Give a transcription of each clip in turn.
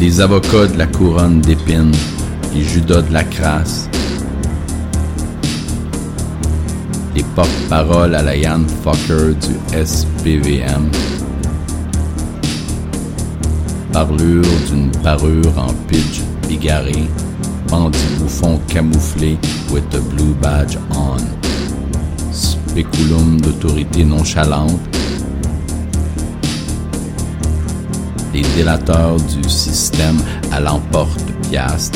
Les avocats de la couronne d'épines, les Judas de la crasse, les porte-paroles à la Jan Fokker du SPVM, parlure d'une parure en pitch bigarré, bandit bouffon camouflé with a blue badge on, spéculum d'autorité nonchalante, les délateurs du système à l'emporte-piastre,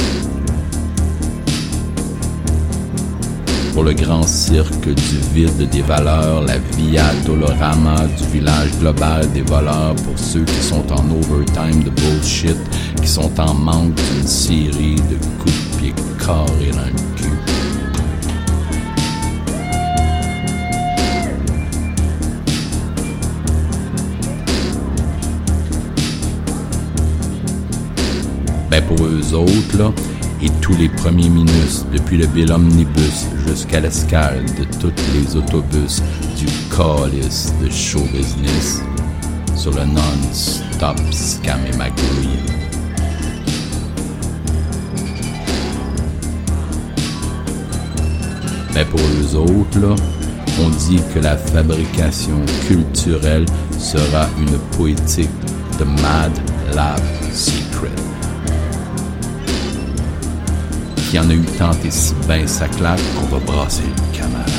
pour le grand cirque du vide des valeurs, la Via Dolorama du village global des voleurs pour ceux qui sont en overtime de bullshit, qui sont en manque d'une série de coups de pied carrés dans le cul. Ben pour eux autres, là, et tous les premiers ministres, depuis le Bill Omnibus jusqu'à l'escale de tous les autobus du calice de show business sur le non-stop scam et magouille. Mais pour eux autres, là, on dit que la fabrication culturelle sera une poétique de Mad Lab Secret. Qui en a eu tant et si ben ça claque qu'on va brasser le camarade.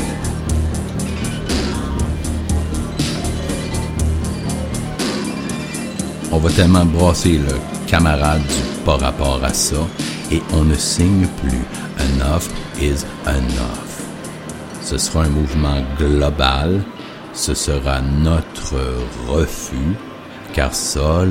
On va tellement brasser le camarade du pas rapport à ça et on ne signe plus. Enough is enough. Ce sera un mouvement global. Ce sera notre refus. Car ça,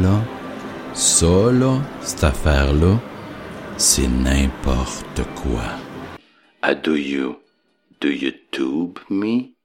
cette affaire-là, c'est n'importe quoi. Do you tube me?